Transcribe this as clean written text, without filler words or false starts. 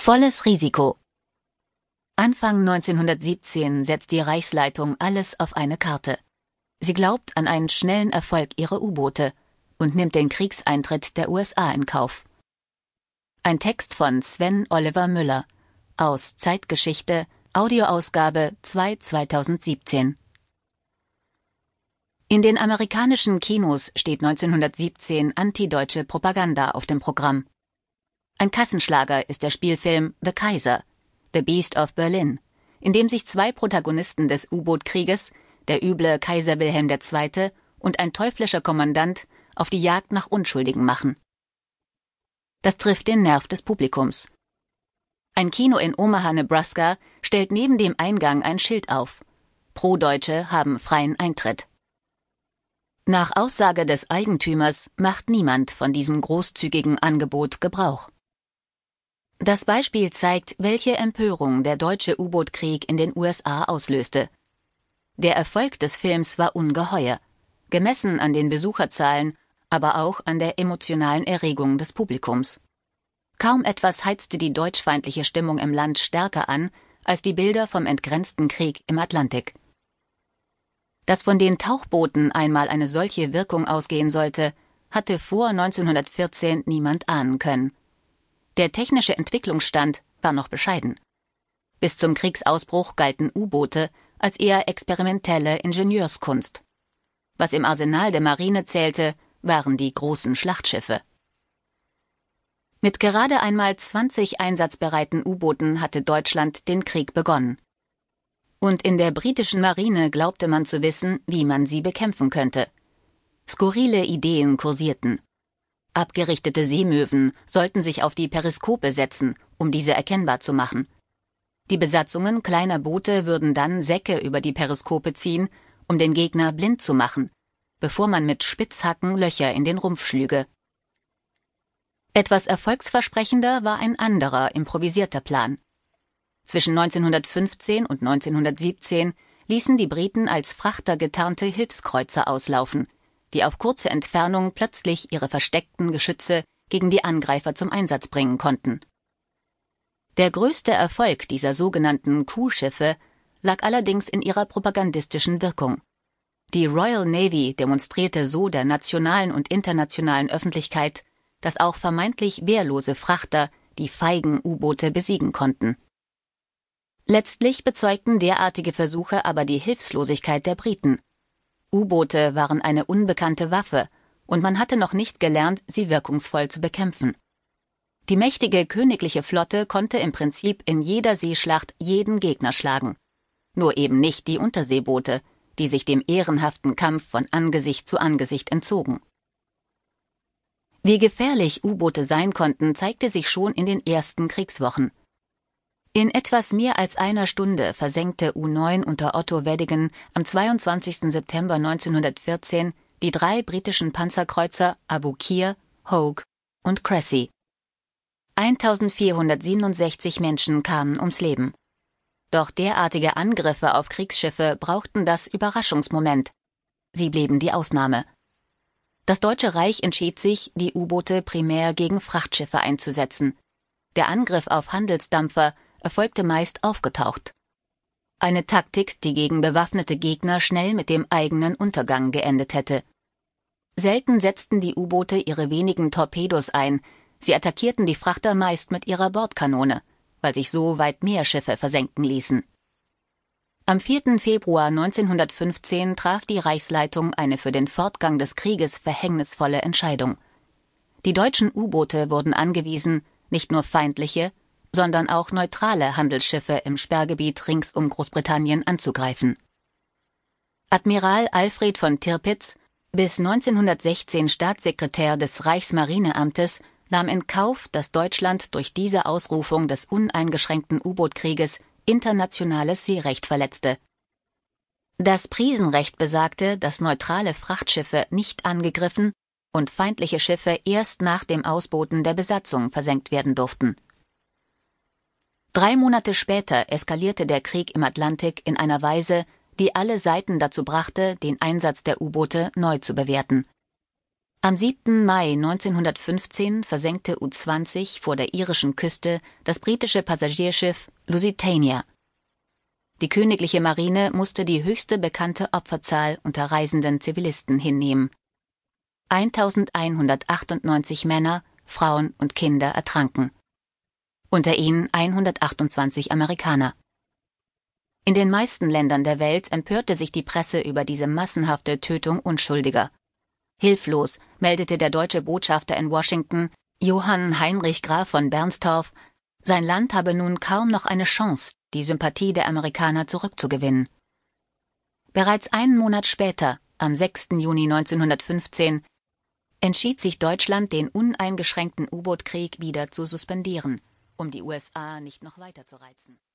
Volles Risiko. Anfang 1917 setzt die Reichsleitung alles auf eine Karte. Sie glaubt an einen schnellen Erfolg ihrer U-Boote und nimmt den Kriegseintritt der USA in Kauf. Ein Text von Sven Oliver Müller aus Zeitgeschichte, Audioausgabe 2/2017. In den amerikanischen Kinos steht 1917 antideutsche Propaganda auf dem Programm. Ein Kassenschlager ist der Spielfilm The Kaiser, The Beast of Berlin, in dem sich zwei Protagonisten des U-Boot-Krieges, der üble Kaiser Wilhelm II. Und ein teuflischer Kommandant, auf die Jagd nach Unschuldigen machen. Das trifft den Nerv des Publikums. Ein Kino in Omaha, Nebraska, stellt neben dem Eingang ein Schild auf: Pro-Deutsche haben freien Eintritt. Nach Aussage des Eigentümers macht niemand von diesem großzügigen Angebot Gebrauch. Das Beispiel zeigt, welche Empörung der deutsche U-Boot-Krieg in den USA auslöste. Der Erfolg des Films war ungeheuer, gemessen an den Besucherzahlen, aber auch an der emotionalen Erregung des Publikums. Kaum etwas heizte die deutschfeindliche Stimmung im Land stärker an als die Bilder vom entgrenzten Krieg im Atlantik. Dass von den Tauchbooten einmal eine solche Wirkung ausgehen sollte, hatte vor 1914 niemand ahnen können. Der technische Entwicklungsstand war noch bescheiden. Bis zum Kriegsausbruch galten U-Boote als eher experimentelle Ingenieurskunst. Was im Arsenal der Marine zählte, waren die großen Schlachtschiffe. Mit gerade einmal 20 einsatzbereiten U-Booten hatte Deutschland den Krieg begonnen. Und in der britischen Marine glaubte man zu wissen, wie man sie bekämpfen könnte. Skurrile Ideen kursierten. Abgerichtete Seemöwen sollten sich auf die Periskope setzen, um diese erkennbar zu machen. Die Besatzungen kleiner Boote würden dann Säcke über die Periskope ziehen, um den Gegner blind zu machen, bevor man mit Spitzhacken Löcher in den Rumpf schlüge. Etwas erfolgsversprechender war ein anderer improvisierter Plan. Zwischen 1915 und 1917 ließen die Briten als Frachter getarnte Hilfskreuzer auslaufen, die auf kurze Entfernung plötzlich ihre versteckten Geschütze gegen die Angreifer zum Einsatz bringen konnten. Der größte Erfolg dieser sogenannten Kuhschiffe lag allerdings in ihrer propagandistischen Wirkung. Die Royal Navy demonstrierte so der nationalen und internationalen Öffentlichkeit, dass auch vermeintlich wehrlose Frachter die feigen U-Boote besiegen konnten. Letztlich bezeugten derartige Versuche aber die Hilflosigkeit der Briten. U-Boote waren eine unbekannte Waffe, und man hatte noch nicht gelernt, sie wirkungsvoll zu bekämpfen. Die mächtige königliche Flotte konnte im Prinzip in jeder Seeschlacht jeden Gegner schlagen. Nur eben nicht die Unterseeboote, die sich dem ehrenhaften Kampf von Angesicht zu Angesicht entzogen. Wie gefährlich U-Boote sein konnten, zeigte sich schon in den ersten Kriegswochen. In etwas mehr als einer Stunde versenkte U-9 unter Otto Weddigen am 22. September 1914 die 3 britischen Panzerkreuzer Aboukir, Hogue und Cressy. 1467 Menschen kamen ums Leben. Doch derartige Angriffe auf Kriegsschiffe brauchten das Überraschungsmoment. Sie blieben die Ausnahme. Das Deutsche Reich entschied sich, die U-Boote primär gegen Frachtschiffe einzusetzen. Der Angriff auf Handelsdampfer erfolgte meist aufgetaucht. Eine Taktik, die gegen bewaffnete Gegner schnell mit dem eigenen Untergang geendet hätte. Selten setzten die U-Boote ihre wenigen Torpedos ein, sie attackierten die Frachter meist mit ihrer Bordkanone, weil sich so weit mehr Schiffe versenken ließen. Am 4. Februar 1915 traf die Reichsleitung eine für den Fortgang des Krieges verhängnisvolle Entscheidung. Die deutschen U-Boote wurden angewiesen, nicht nur feindliche, sondern auch neutrale Handelsschiffe im Sperrgebiet rings um Großbritannien anzugreifen. Admiral Alfred von Tirpitz, bis 1916 Staatssekretär des Reichsmarineamtes, nahm in Kauf, dass Deutschland durch diese Ausrufung des uneingeschränkten U-Boot-Krieges internationales Seerecht verletzte. Das Prisenrecht besagte, dass neutrale Frachtschiffe nicht angegriffen und feindliche Schiffe erst nach dem Ausbooten der Besatzung versenkt werden durften. 3 Monate später eskalierte der Krieg im Atlantik in einer Weise, die alle Seiten dazu brachte, den Einsatz der U-Boote neu zu bewerten. Am 7. Mai 1915 versenkte U-20 vor der irischen Küste das britische Passagierschiff Lusitania. Die königliche Marine musste die höchste bekannte Opferzahl unter reisenden Zivilisten hinnehmen. 1198 Männer, Frauen und Kinder ertranken. Unter ihnen 128 Amerikaner. In den meisten Ländern der Welt empörte sich die Presse über diese massenhafte Tötung Unschuldiger. Hilflos meldete der deutsche Botschafter in Washington, Johann Heinrich Graf von Bernstorff, sein Land habe nun kaum noch eine Chance, die Sympathie der Amerikaner zurückzugewinnen. Bereits einen Monat später, am 6. Juni 1915, entschied sich Deutschland, den uneingeschränkten U-Boot-Krieg wieder zu suspendieren, um die USA nicht noch weiter zu reizen.